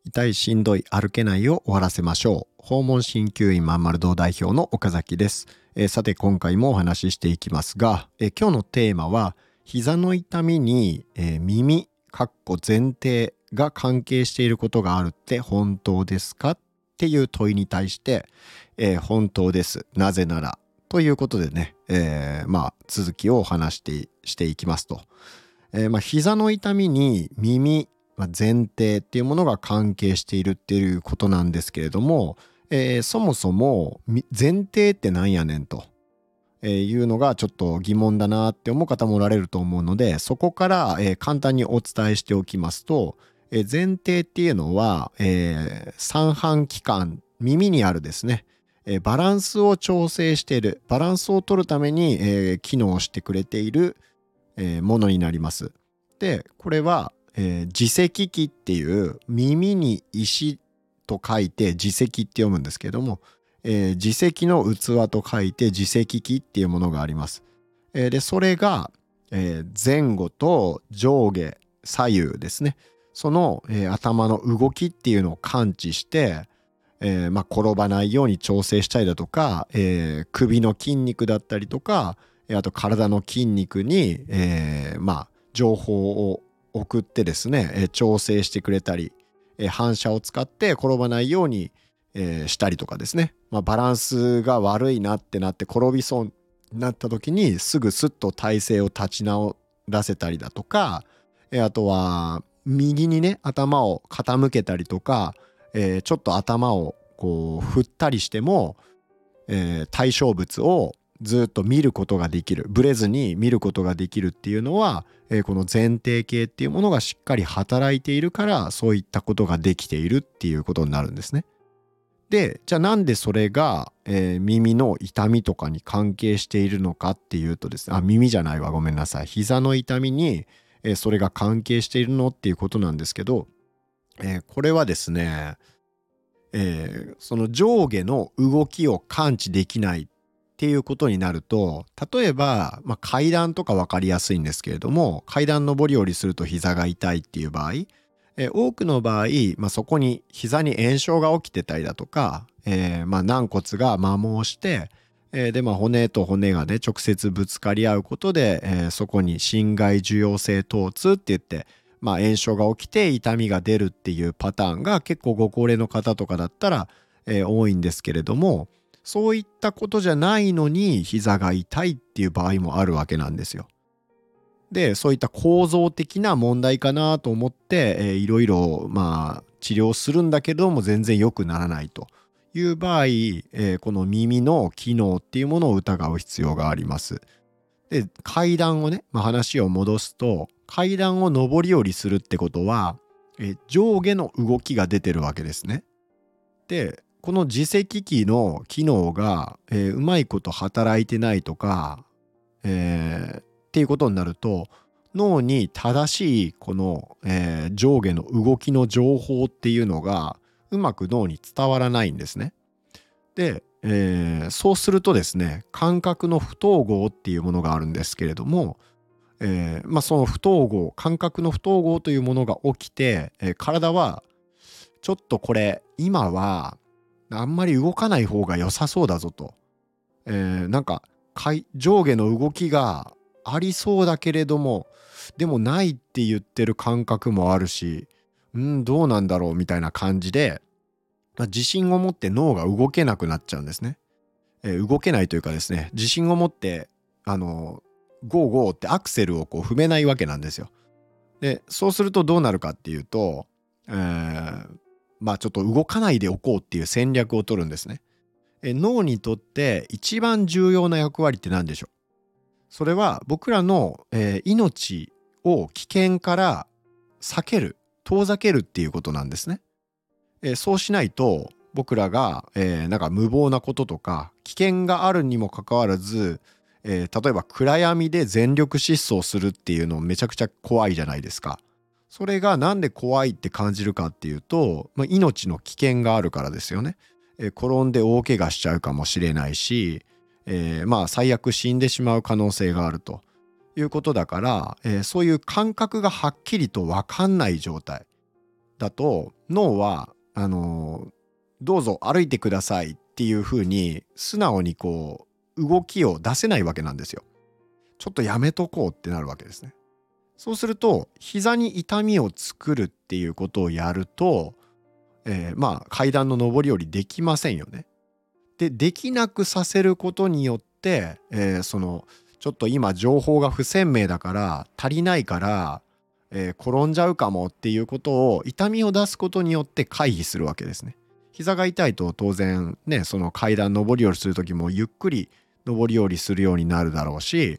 痛いしんどい歩けないを終わらせましょう。訪問鍼灸院まんまる堂代表の岡崎です。さて今回もお話ししていきますが、今日のテーマは膝の痛みに、耳前提が関係していることがあるって本当ですかっていう問いに対して、本当です。なぜならということでね、続きをお話していきますと。膝の痛みに耳前提っていうものが関係しているっていうことなんですけれども、そもそも前提ってなんやねんというのがちょっと疑問だなって思う方もおられると思うので、そこから、簡単にお伝えしておきますと、前提っていうのは、三半規管、耳にあるですね、バランスを調整している、バランスを取るために、機能してくれている、ものになります。で、これは耳石器っていう耳に石と書いて耳石って読むんですけども、耳石の器と書いて耳石器っていうものがあります。でそれが、前後と上下左右ですね、その、頭の動きっていうのを感知して、転ばないように調整したりだとか、首の筋肉だったりとか、あと体の筋肉に、情報を送ってですね、調整してくれたり、反射を使って転ばないように、したりとかですね、バランスが悪いなってなって転びそうになった時にすぐスッと体勢を立ち直らせたりだとか、あとは右にね頭を傾けたりとか、ちょっと頭をこう振ったりしても、対象物をずっと見ることができる、ブレずに見ることができるっていうのは、この前提系っていうものがしっかり働いているから、そういったことができているっていうことになるんですね。で、じゃあなんでそれが、耳の痛みとかに関係しているのかっていうとですね、耳じゃないわ、ごめんなさい。膝の痛みに、それが関係しているのっていうことなんですけど、これはですね、その上下の動きを感知できないっていうことになると、例えば、階段とか分かりやすいんですけれども、階段上り下りすると膝が痛いっていう場合、多くの場合、そこに膝に炎症が起きてたりだとか、軟骨が摩耗して、骨と骨がね直接ぶつかり合うことで、そこに心外受容性疼痛って言って、炎症が起きて痛みが出るっていうパターンが結構ご高齢の方とかだったら、多いんですけれども、そういったことじゃないのに膝が痛いっていう場合もあるわけなんですよ。で、そういった構造的な問題かなと思って、いろいろ治療するんだけども全然良くならないという場合、この耳の機能っていうものを疑う必要があります。で、階段をね、話を戻すと、階段を上り下りするってことは、上下の動きが出てるわけですね。で、この耳石器の機能が、うまいこと働いてないとか、っていうことになると、脳に正しいこの、上下の動きの情報っていうのがうまく脳に伝わらないんですね。で、そうするとですね、感覚の不統合っていうものがあるんですけれども、その感覚の不統合というものが起きて、体はちょっとこれ今はあんまり動かない方が良さそうだぞと、なんか上下の動きがありそうだけれども、でもないって言ってる感覚もあるし、どうなんだろうみたいな感じで、自信を持って脳が動けなくなっちゃうんですね。動けないというかですね、自信を持ってゴーゴーってアクセルをこう踏めないわけなんですよ。で、そうするとどうなるかっていうと、ちょっと動かないでおこうっていう戦略を取るんですね。脳にとって一番重要な役割って何でしょう。それは僕らの、命を危険から遠ざけるっていうことなんですね。そうしないと僕らが、無謀なこととか危険があるにもかかわらず、例えば暗闇で全力疾走するっていうのめちゃくちゃ怖いじゃないですか。それがなんで怖いって感じるかっていうと、命の危険があるからですよね。転んで大怪我しちゃうかもしれないし、最悪死んでしまう可能性があるということだから、そういう感覚がはっきりと分かんない状態だと脳はどうぞ歩いてくださいっていう風に素直にこう動きを出せないわけなんですよ。ちょっとやめとこうってなるわけですね。そうすると膝に痛みを作るっていうことをやると、階段の上り下りできませんよね。できなくさせることによって、ちょっと今情報が不鮮明だから足りないから、転んじゃうかもっていうことを痛みを出すことによって回避するわけですね。膝が痛いと当然ね、その階段上り下りする時もゆっくり上り下りするようになるだろうし、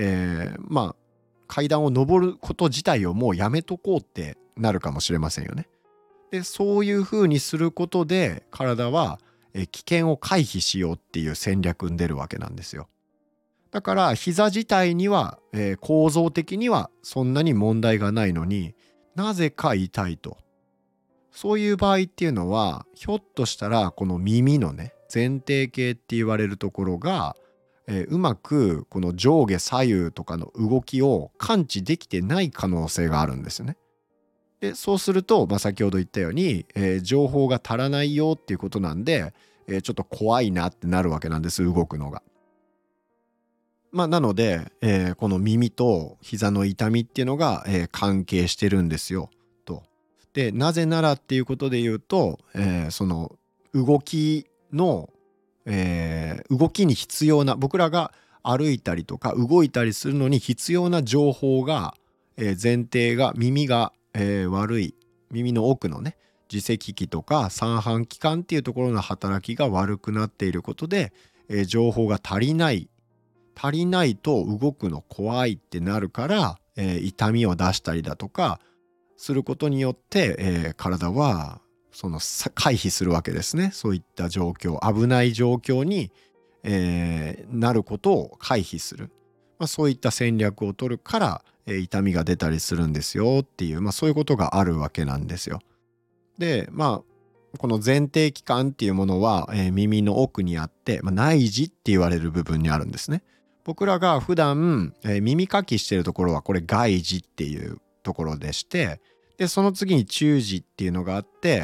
階段を上ること自体をもうやめとこうってなるかもしれませんよね。でそういうふうにすることで体は危険を回避しようっていう戦略に出るわけなんですよ。だから膝自体には、構造的にはそんなに問題がないのになぜか痛いと。そういう場合っていうのはひょっとしたらこの耳のね前庭系って言われるところが、うまくこの上下左右とかの動きを感知できてない可能性があるんですよね。でそうすると、先ほど言ったように、情報が足らないよっていうことなんで、ちょっと怖いなってなるわけなんです、動くのが。なので、この耳と膝の痛みっていうのが、関係してるんですよと。でなぜならっていうことで言うと、その動きの、動きに必要な僕らが歩いたりとか動いたりするのに必要な情報が、前提が耳が、悪い耳の奥のね耳石器とか三半規管っていうところの働きが悪くなっていることで、情報が足りないと動くの怖いってなるから、痛みを出したりだとかすることによって、体は回避するわけですね。そういった状況、危ない状況に、なることを回避する、そういった戦略を取るから、痛みが出たりするんですよっていう、そういうことがあるわけなんですよ。でこの前庭器官っていうものは、耳の奥にあって、内耳って言われる部分にあるんですね。僕らが普段、耳かきしてるところはこれ外耳っていうところでして、でその次に中耳っていうのがあって、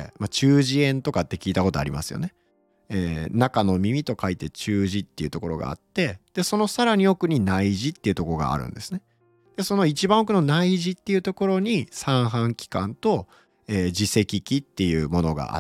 中耳炎とかって聞いたことありますよね。中の耳と書いて中耳っていうところがあって、でそのさらに奥に内耳っていうところがあるんですね。でその一番奥の内耳っていうところに三半規管と、耳石器っていうものがあって、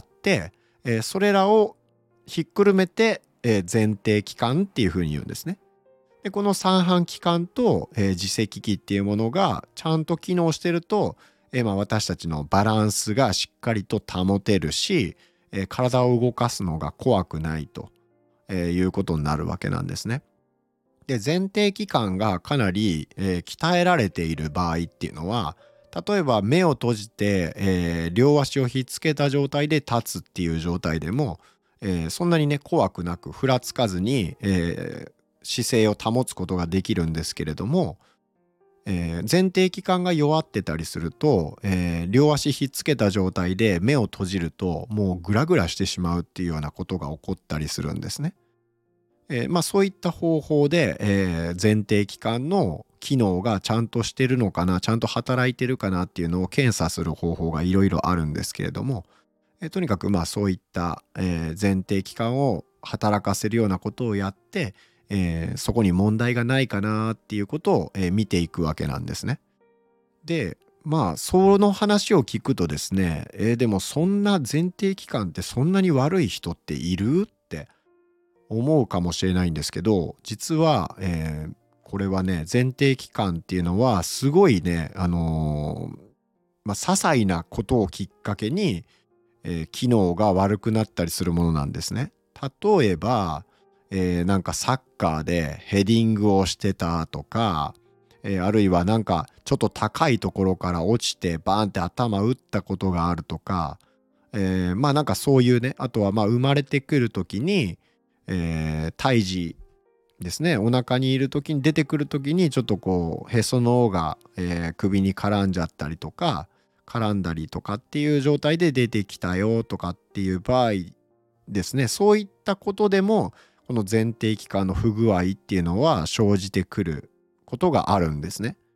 それらをひっくるめて、前庭器官っていうふうに言うんですね。でこの三半規管と、耳石器っていうものがちゃんと機能してると、私たちのバランスがしっかりと保てるし、体を動かすのが怖くないと、いうことになるわけなんですね。で前庭器官がかなり、鍛えられている場合っていうのは、例えば目を閉じて、両足をひっつけた状態で立つっていう状態でも、そんなにね怖くなくふらつかずに、姿勢を保つことができるんですけれども、前庭器官が弱ってたりすると、両足ひっつけた状態で目を閉じるともうグラグラしてしまうっていうようなことが起こったりするんですね。そういった方法で、前庭器官の機能がちゃんとしてるのかな、ちゃんと働いてるかなっていうのを検査する方法がいろいろあるんですけれども、とにかくそういった、前庭器官を働かせるようなことをやって、そこに問題がないかなっていうことを、見ていくわけなんですね。でその話を聞くとですね、でもそんな前庭器官ってそんなに悪い人っているって思うかもしれないんですけど、実は、これはね前庭器官っていうのはすごいね些細なことをきっかけに、機能が悪くなったりするものなんですね。例えば、なんかサッカーでヘディングをしてたとか、あるいはなんかちょっと高いところから落ちてバーンって頭打ったことがあるとか、なんかそういうね、あとは生まれてくる時に、胎児ですね、お腹にいる時に出てくる時にちょっとこうへその緒が、首に絡んじゃったりとか絡んだりとかっていう状態で出てきたよとかっていう場合ですね、そういったことでもこの前庭器官の不具合っていうのは生じてくることがあるんですね。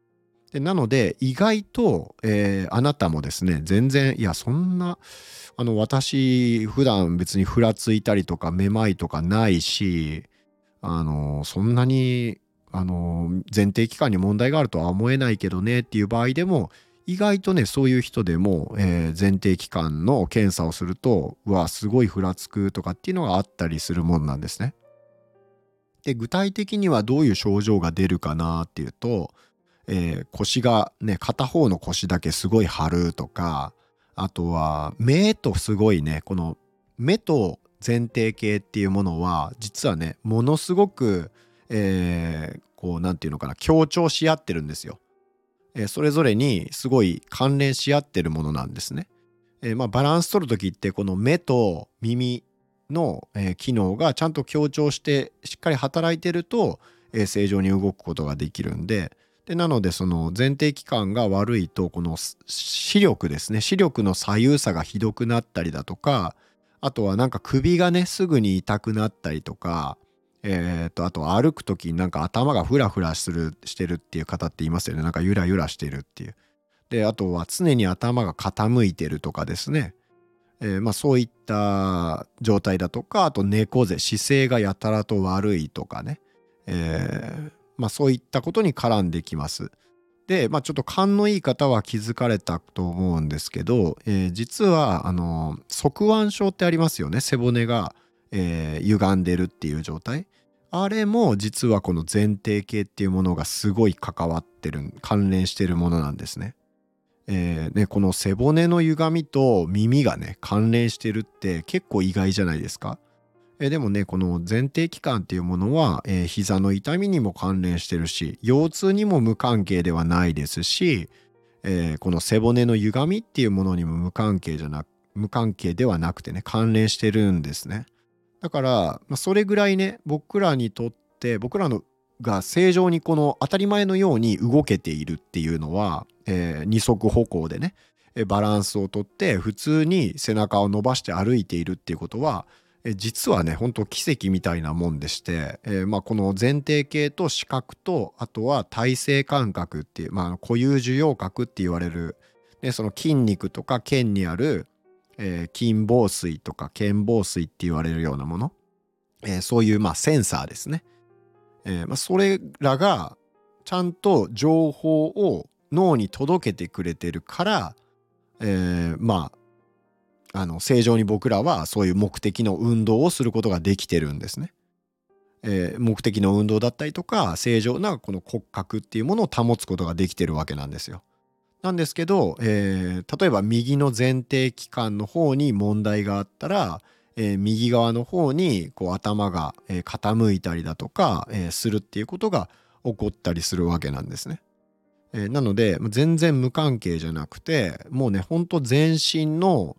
で、なので意外と、あなたもですね、全然、いや、そんな、私、普段別にふらついたりとか、めまいとかないし、そんなに、前提期間に問題があるとは思えないけどねっていう場合でも、意外とね、そういう人でも、前提期間の検査をすると、うわ、すごいふらつくとかっていうのがあったりするもんなんですね。で、具体的にはどういう症状が出るかなっていうと、腰がね、片方の腰だけすごい張るとか、あとは目とすごいね、この目と前庭系っていうものは、実はね、ものすごく、こう、なんていうのかな、強調し合ってるんですよ。それぞれにすごい関連し合ってるものなんですね。バランス取る時ってこの目と耳の、機能がちゃんと強調してしっかり働いてると、正常に動くことができるんで、なのでその前庭器官が悪いとこの視力ですね、視力の左右差がひどくなったりだとか、あとはなんか首がねすぐに痛くなったりとか、あと歩く時になんか頭がフラフラしてるっていう方っていますよね。なんかゆらゆらしてるっていう。で、あとは常に頭が傾いてるとかですね。そういった状態だとか、あと猫背、姿勢がやたらと悪いとかね。そういったことに絡んできます。で、ちょっと勘のいい方は気づかれたと思うんですけど、実は、側腕症ってありますよね。背骨が、歪んでるっていう状態。あれも実はこの前庭系っていうものがすごい関連してるものなんですね。この背骨の歪みと耳がね、関連してるって結構意外じゃないですか。でもね、この前庭器官っていうものは、膝の痛みにも関連してるし、腰痛にも無関係ではないですし、この背骨の歪みっていうものにも無関係ではなくてね、関連してるんですね。だから、それぐらいね、僕らのが正常にこの当たり前のように動けているっていうのは、二足歩行でね、バランスをとって普通に背中を伸ばして歩いているっていうことは、実はね、本当奇跡みたいなもんでして、この前庭系と視覚と、あとは体性感覚っていう、固有受容覚って言われる、で、その筋肉とか腱にある、筋紡錘とか腱紡錘って言われるようなもの、そういうセンサーですね。それらがちゃんと情報を脳に届けてくれてるから、正常に僕らはそういう目的の運動をすることができてるんですね。目的の運動だったりとか、正常なこの骨格っていうものを保つことができてるわけなんですよ。なんですけど、例えば右の前庭器官の方に問題があったら、右側の方にこう頭が、傾いたりだとか、するっていうことが起こったりするわけなんですね。なので、全然無関係じゃなくて、もうね、ほんと全身の、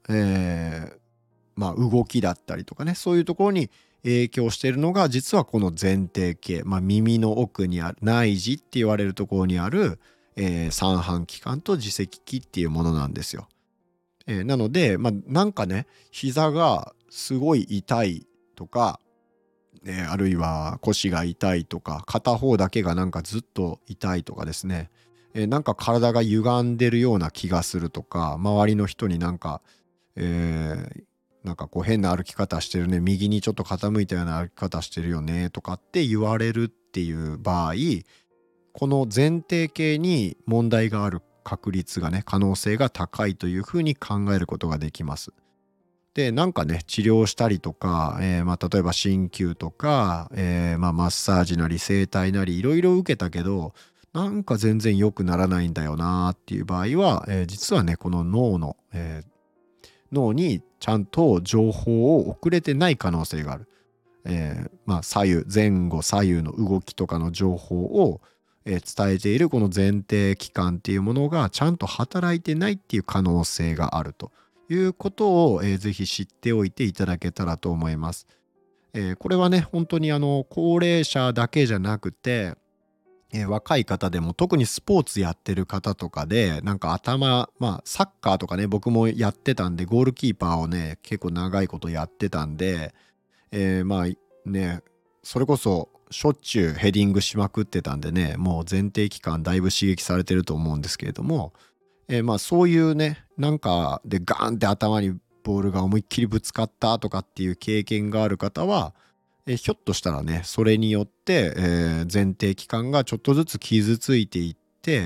動きだったりとかね、そういうところに影響しているのが、実はこの前庭系、耳の奥にある内耳って言われるところにある、三半規管と耳石器っていうものなんですよ。なので、なんかね、膝がすごい痛いとか、あるいは腰が痛いとか、片方だけがなんかずっと痛いとかですね、なんか体が歪んでるような気がするとか、周りの人になんか、なんかこう変な歩き方してるね、右にちょっと傾いたような歩き方してるよねとかって言われるっていう場合、この前庭系に問題がある確率がね、可能性が高いというふうに考えることができます。で、なんかね、治療したりとか、例えば鍼灸とか、マッサージなり整体なりいろいろ受けたけど、なんか全然良くならないんだよなっていう場合は、実はね、この脳にちゃんと情報を送れてない可能性がある。前後左右の動きとかの情報を、伝えているこの前庭器官っていうものがちゃんと働いてないっていう可能性があるということを、ぜひ知っておいていただけたらと思います。これはね、本当に高齢者だけじゃなくて、若い方でも特にスポーツやってる方とかで、なんかサッカーとかね、僕もやってたんで、ゴールキーパーをね、結構長いことやってたんで、ね、それこそしょっちゅうヘディングしまくってたんでね、もう前提期間だいぶ刺激されてると思うんですけれども、まあそういうね、なんかでガーンって頭にボールが思いっきりぶつかったとかっていう経験がある方は、ひょっとしたらね、それによって、前提器官がちょっとずつ傷ついていって、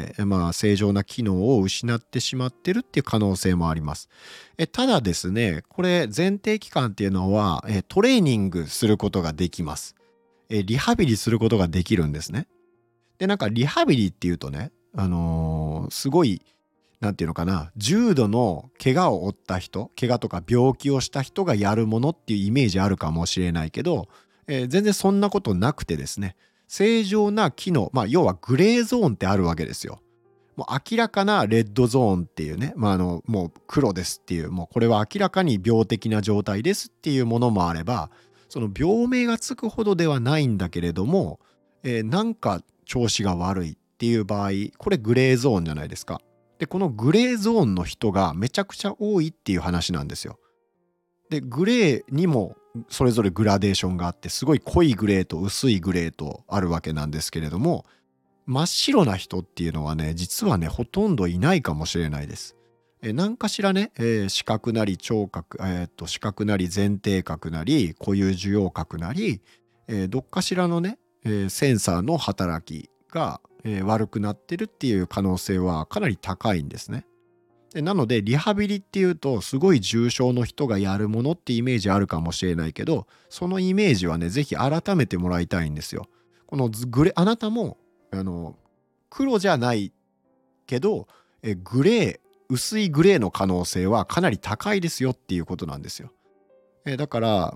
まあ、正常な機能を失ってしまってるっていう可能性もあります。ただですね、これ前提器官っていうのは、トレーニングすることができます。リハビリすることができるんですね。で、なんかリハビリっていうとね、すごいなんていうのかな、重度の怪我を負った人、怪我とか病気をした人がやるものっていうイメージあるかもしれないけど、全然そんなことなくてですね、正常な機能、まあ要はグレーゾーンってあるわけですよ。もう明らかなレッドゾーンっていうね、もう黒ですっていう、もうこれは明らかに病的な状態ですっていうものもあれば、その病名がつくほどではないんだけれども、なんか調子が悪いっていう場合、これグレーゾーンじゃないですか。で、このグレーゾーンの人がめちゃくちゃ多いっていう話なんですよ。で、グレーにもそれぞれグラデーションがあって、すごい濃いグレーと薄いグレーとあるわけなんですけれども、真っ白な人っていうのはね、実はね、ほとんどいないかもしれないです。何かしらね、視覚なり聴覚、視覚なり前庭覚なり固有受容覚なり、どっかしらのね、センサーの働きが、悪くなってるっていう可能性はかなり高いんですね。でなのでリハビリっていうとすごい重症の人がやるものってイメージあるかもしれないけど、そのイメージはねぜひ改めてもらいたいんですよ。このあなたも黒じゃないけどグレー薄いグレーの可能性はかなり高いですよっていうことなんですよ。だから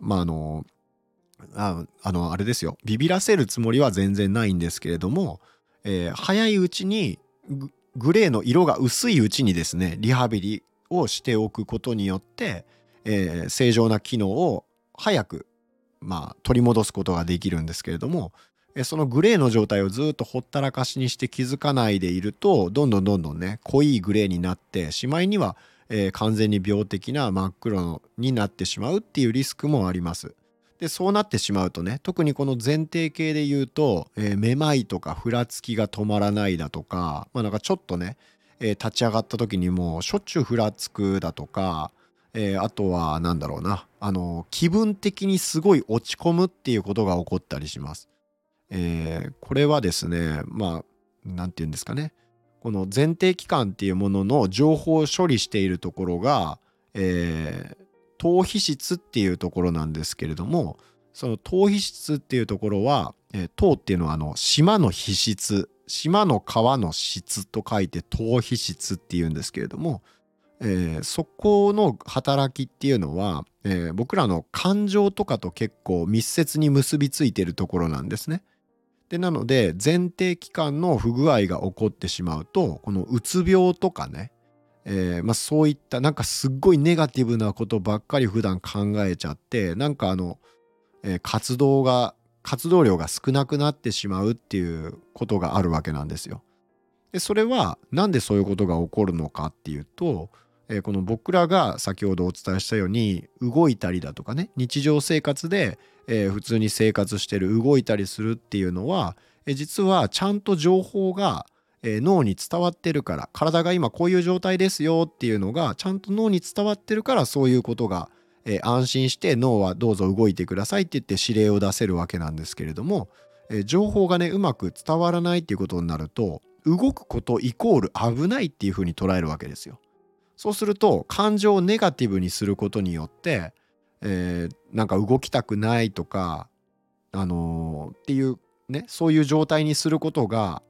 あれですよ、ビビらせるつもりは全然ないんですけれども、早いうちにグレーの色が薄いうちにですねリハビリをしておくことによって、正常な機能を早く、取り戻すことができるんですけれども、そのグレーの状態をずっとほったらかしにして気づかないでいるとどんどんね濃いグレーになってしまいには、完全に病的な真っ黒になってしまうっていうリスクもあります。でそうなってしまうとね、特にこの前提系で言うと、めまいとかふらつきが止まらないだとか、なんかちょっとね、立ち上がった時にもうしょっちゅうふらつくだとか、あとはなんだろうな、気分的にすごい落ち込むっていうことが起こったりします。これはですね、なんて言うんですかね、この前提期間っていうものの情報を処理しているところが、頭皮質っていうところなんですけれども、その頭皮質っていうところは、頭っていうのは島の皮質、島の皮の質と書いて頭皮質っていうんですけれども、そこの働きっていうのは、僕らの感情とかと結構密接に結びついているところなんですね。でなので前提期間の不具合が起こってしまうと、このうつ病とかね、そういったなんかすっごいネガティブなことばっかり普段考えちゃって、なんか活動量が少なくなってしまうっていうことがあるわけなんですよ。でそれはなんでそういうことが起こるのかっていうと、この僕らが先ほどお伝えしたように動いたりだとかね、日常生活で、普通に生活してる動いたりするっていうのは、実はちゃんと情報が、脳に伝わってるから、体が今こういう状態ですよっていうのがちゃんと脳に伝わってるから、そういうことが、安心して脳はどうぞ動いてくださいって言って指令を出せるわけなんですけれども、情報がねうまく伝わらないっていうことになると、動くことイコール危ないっていうふうに捉えるわけですよ。そうすると感情をネガティブにすることによって、なんか動きたくないとか、っていうね、そういう状態にすることが、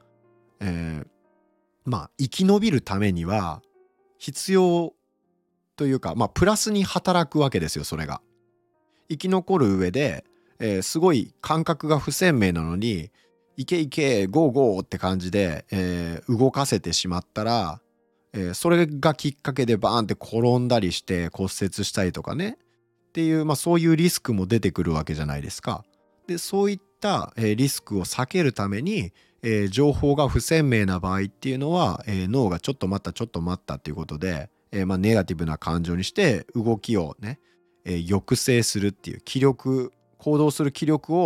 生き延びるためには必要というか、プラスに働くわけですよ、それが。生き残る上で、すごい感覚が不鮮明なのに、いけいけ、ゴーゴーって感じで、動かせてしまったら、それがきっかけでバーンって転んだりして骨折したりとかねっていう、そういうリスクも出てくるわけじゃないですか。でそういった、リスクを避けるために、情報が不鮮明な場合っていうのは、脳がちょっと待ったちょっと待ったっていうことで、ネガティブな感情にして動きをね、抑制するっていう行動する気力を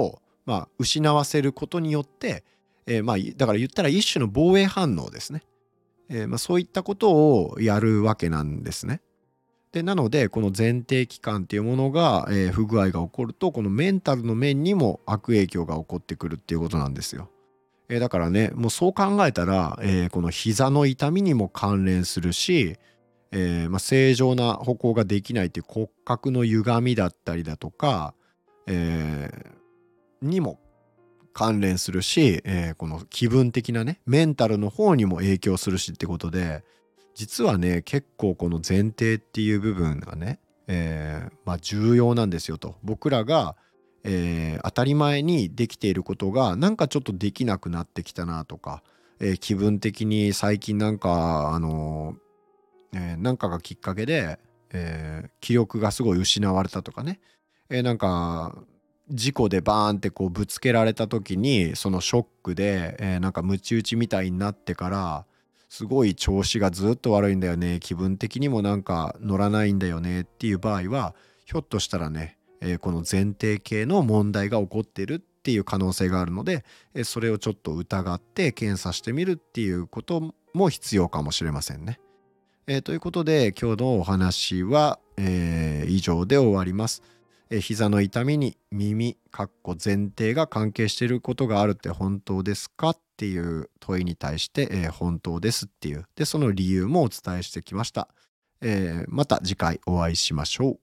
失わせることによって、だから言ったら一種の防衛反応ですね。そういったことをやるわけなんですね。で、なので、この前提期間っていうものが、不具合が起こると、このメンタルの面にも悪影響が起こってくるっていうことなんですよ。だからね、もうそう考えたら、この膝の痛みにも関連するし、正常な歩行ができないっていう骨格の歪みだったりだとか、えにも関連するし、この気分的なね、メンタルの方にも影響するしってことで、実はね、結構この前提っていう部分がね、重要なんですよと。僕らが、当たり前にできていることが、なんかちょっとできなくなってきたなとか、気分的に最近なんか、なんかがきっかけで、気力がすごい失われたとかね、なんか事故でバーンってこうぶつけられた時にそのショックで、なんかムチ打ちみたいになってからすごい調子がずっと悪いんだよね、気分的にもなんか乗らないんだよねっていう場合はひょっとしたらね、この前提系の問題が起こってるっていう可能性があるので、それをちょっと疑って検査してみるっていうことも必要かもしれませんね。ということで今日のお話は、以上で終わります。膝の痛みに耳前提が関係していることがあるって本当ですかっていう問いに対して、本当ですっていうでその理由もお伝えしてきました。また次回お会いしましょう。